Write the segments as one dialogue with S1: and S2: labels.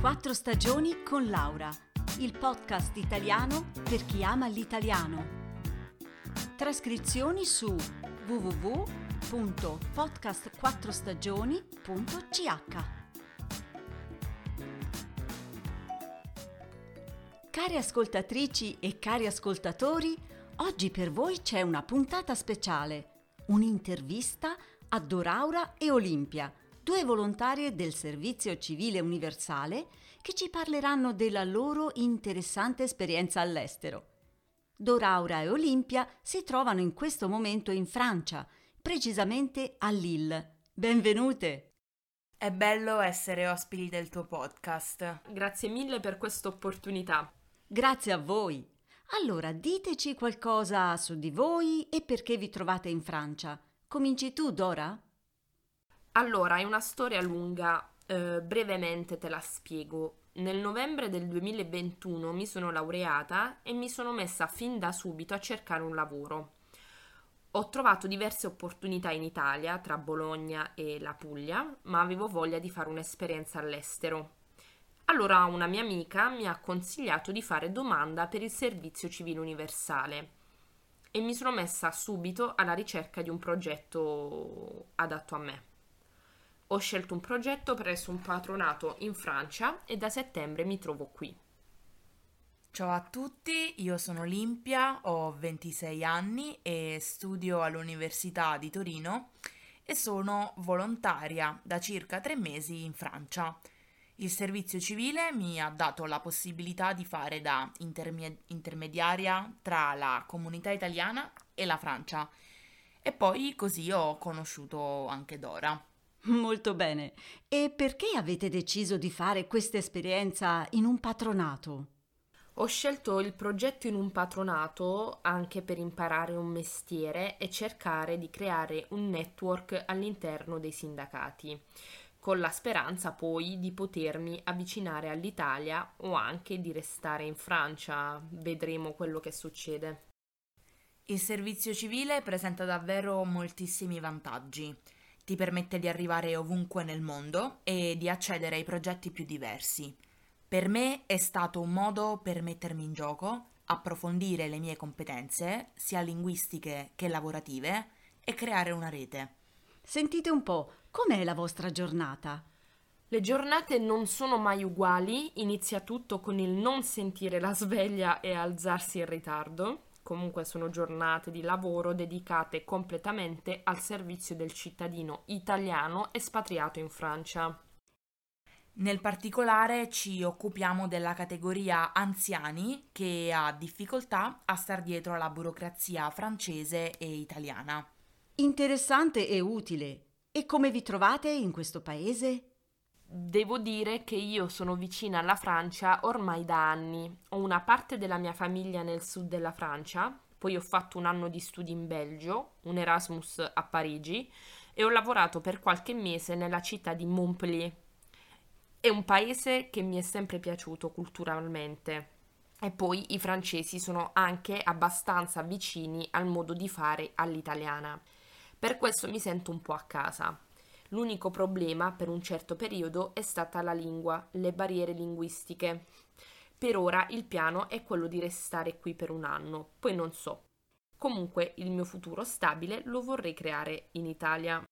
S1: Quattro stagioni con Laura, il podcast italiano per chi ama l'italiano. Trascrizioni su www.podcastquattrostagioni.ch. Care ascoltatrici e cari ascoltatori, oggi per voi c'è una puntata speciale, un'intervista a Doraura e Olimpia, due volontarie del Servizio Civile Universale che ci parleranno della loro interessante esperienza all'estero. Doraura e Olimpia si trovano in questo momento in Francia, precisamente a Lille. Benvenute!
S2: È bello essere ospiti del tuo podcast.
S3: Grazie mille per questa opportunità.
S1: Grazie a voi! Allora, diteci qualcosa su di voi e perché vi trovate in Francia. Cominci tu, Dora?
S3: Allora, è una storia lunga, brevemente te la spiego. Nel novembre del 2021 mi sono laureata e mi sono messa fin da subito a cercare un lavoro. Ho trovato diverse opportunità in Italia, tra Bologna e la Puglia, ma avevo voglia di fare un'esperienza all'estero. Allora una mia amica mi ha consigliato di fare domanda per il Servizio Civile Universale e mi sono messa subito alla ricerca di un progetto adatto a me. Ho scelto un progetto presso un patronato in Francia e da settembre mi trovo qui.
S2: Ciao a tutti, io sono Olimpia, ho 26 anni e studio all'Università di Torino e sono volontaria da circa 3 mesi in Francia. Il servizio civile mi ha dato la possibilità di fare da intermediaria tra la comunità italiana e la Francia e poi così ho conosciuto anche Dora.
S1: Molto bene. E perché avete deciso di fare questa esperienza in un patronato?
S3: Ho scelto il progetto in un patronato anche per imparare un mestiere e cercare di creare un network all'interno dei sindacati, con la speranza poi di potermi avvicinare all'Italia o anche di restare in Francia. Vedremo quello che succede.
S2: Il servizio civile presenta davvero moltissimi vantaggi. Ti permette di arrivare ovunque nel mondo e di accedere ai progetti più diversi. Per me è stato un modo per mettermi in gioco, approfondire le mie competenze, sia linguistiche che lavorative, e creare una rete.
S1: Sentite un po', com'è la vostra giornata?
S3: Le giornate non sono mai uguali, inizia tutto con il non sentire la sveglia e alzarsi in ritardo. Comunque sono giornate di lavoro dedicate completamente al servizio del cittadino italiano espatriato in Francia.
S2: Nel particolare ci occupiamo della categoria anziani che ha difficoltà a star dietro alla burocrazia francese e italiana.
S1: Interessante e utile. E come vi trovate in questo paese?
S3: Devo dire che io sono vicina alla Francia ormai da anni. Ho una parte della mia famiglia nel sud della Francia, poi ho fatto un anno di studi in Belgio, un Erasmus a Parigi e ho lavorato per qualche mese nella città di Montpellier. È un paese che mi è sempre piaciuto culturalmente. E poi i francesi sono anche abbastanza vicini al modo di fare all'italiana. Per questo mi sento un po' a casa. L'unico problema per un certo periodo è stata la lingua, le barriere linguistiche. Per ora il piano è quello di restare qui per un anno, poi non so. Comunque il mio futuro stabile lo vorrei creare in Italia.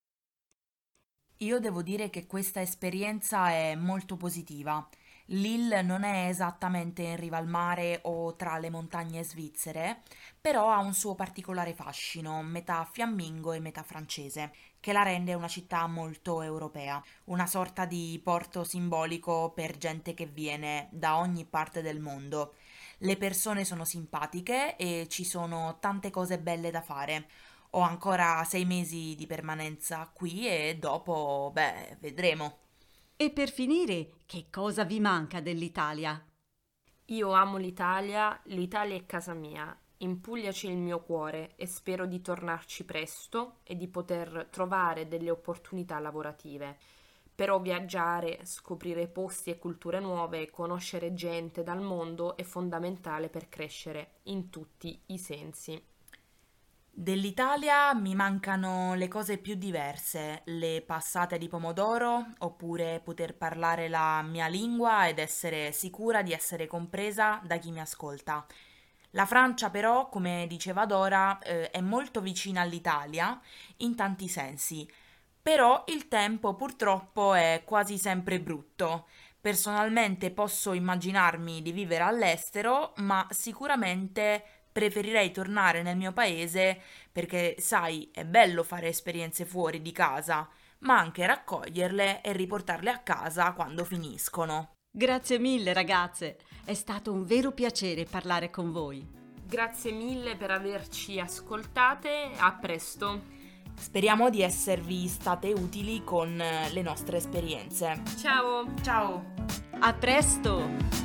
S2: Io devo dire che questa esperienza è molto positiva. Lille non è esattamente in riva al mare o tra le montagne svizzere, però ha un suo particolare fascino, metà fiammingo e metà francese, che la rende una città molto europea, una sorta di porto simbolico per gente che viene da ogni parte del mondo. Le persone sono simpatiche e ci sono tante cose belle da fare. Ho ancora 6 mesi di permanenza qui e dopo, vedremo.
S1: E per finire, che cosa vi manca dell'Italia?
S3: Io amo l'Italia, l'Italia è casa mia. In Puglia c'è il mio cuore e spero di tornarci presto e di poter trovare delle opportunità lavorative. Però viaggiare, scoprire posti e culture nuove, conoscere gente dal mondo è fondamentale per crescere in tutti i sensi.
S2: Dell'Italia mi mancano le cose più diverse, le passate di pomodoro, oppure poter parlare la mia lingua ed essere sicura di essere compresa da chi mi ascolta. La Francia però, come diceva Dora, è molto vicina all'Italia in tanti sensi, però il tempo purtroppo è quasi sempre brutto. Personalmente posso immaginarmi di vivere all'estero, ma sicuramente preferirei tornare nel mio paese perché, sai, è bello fare esperienze fuori di casa, ma anche raccoglierle e riportarle a casa quando finiscono.
S1: Grazie mille ragazze, è stato un vero piacere parlare con voi.
S3: Grazie mille per averci ascoltate, a presto.
S2: Speriamo di esservi state utili con le nostre esperienze.
S3: Ciao!
S2: Ciao!
S1: A presto!